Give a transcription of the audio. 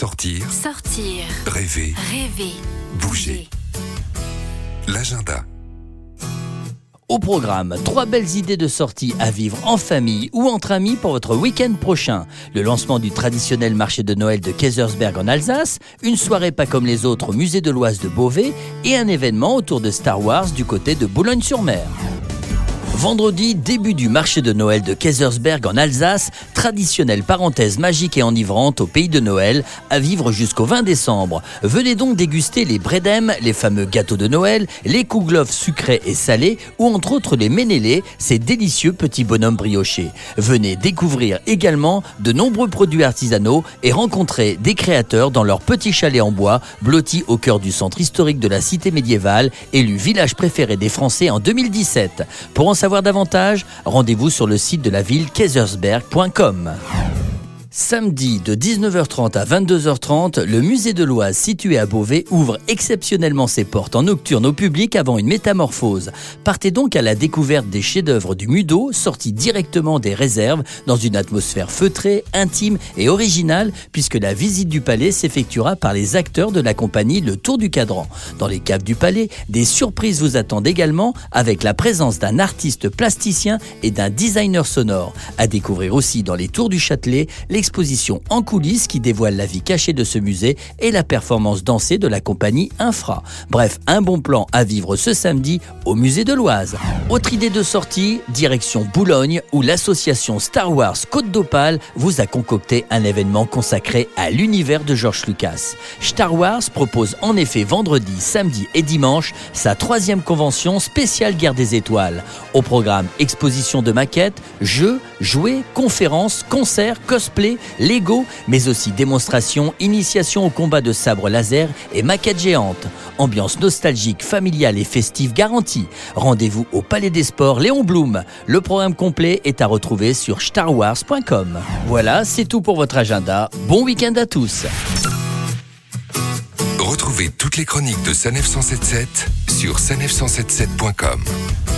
Sortir, rêver, bouger. L'agenda. Au programme, 3 belles idées de sortie à vivre en famille ou entre amis pour votre week-end prochain. Le lancement du traditionnel marché de Noël de Kaysersberg en Alsace, une soirée pas comme les autres au musée de l'Oise de Beauvais et un événement autour de Star Wars du côté de Boulogne-sur-Mer. Vendredi, début du marché de Noël de Kaysersberg en Alsace, traditionnelle parenthèse magique et enivrante au pays de Noël, à vivre jusqu'au 20 décembre. Venez donc déguster les bredem, les fameux gâteaux de Noël, les kouglof sucrés et salés, ou entre autres les ménélés, ces délicieux petits bonhommes briochés. Venez découvrir également de nombreux produits artisanaux et rencontrer des créateurs dans leur petit chalet en bois, blotti au cœur du centre historique de la cité médiévale, élu village préféré des Français en 2017. Pour en savoir davantage, rendez-vous sur le site de la ville kaysersberg.com. Samedi de 19h30 à 22h30, le musée de l'Oise situé à Beauvais ouvre exceptionnellement ses portes en nocturne au public avant une métamorphose. Partez donc à la découverte des chefs-d'œuvre du Mudeau, sortis directement des réserves dans une atmosphère feutrée, intime et originale puisque la visite du palais s'effectuera par les acteurs de la compagnie Le Tour du Cadran. Dans les caves du palais, des surprises vous attendent également avec la présence d'un artiste plasticien et d'un designer sonore. À découvrir aussi dans les Tours du Châtelet, l'exposition en coulisses qui dévoile la vie cachée de ce musée et la performance dansée de la compagnie Infra. Bref, un bon plan à vivre ce samedi au musée de l'Oise. Autre idée de sortie, direction Boulogne où l'association Star Wars Côte d'Opale vous a concocté un événement consacré à l'univers de George Lucas. Star Wars propose en effet vendredi, samedi et dimanche sa 3e convention spéciale Guerre des Étoiles. Au programme, exposition de maquettes, jeux, jouets, conférences, concerts, cosplay, Lego, mais aussi démonstrations, initiation au combat de sabre laser et maquettes géantes. Ambiance nostalgique, familiale et festive garantie. Rendez-vous au Palais des Sports Léon Blum. Le programme complet est à retrouver sur starwars.com. Voilà, c'est tout pour votre agenda. Bon week-end à tous. Retrouvez toutes les chroniques de Sanef 177 sur sanef177.com.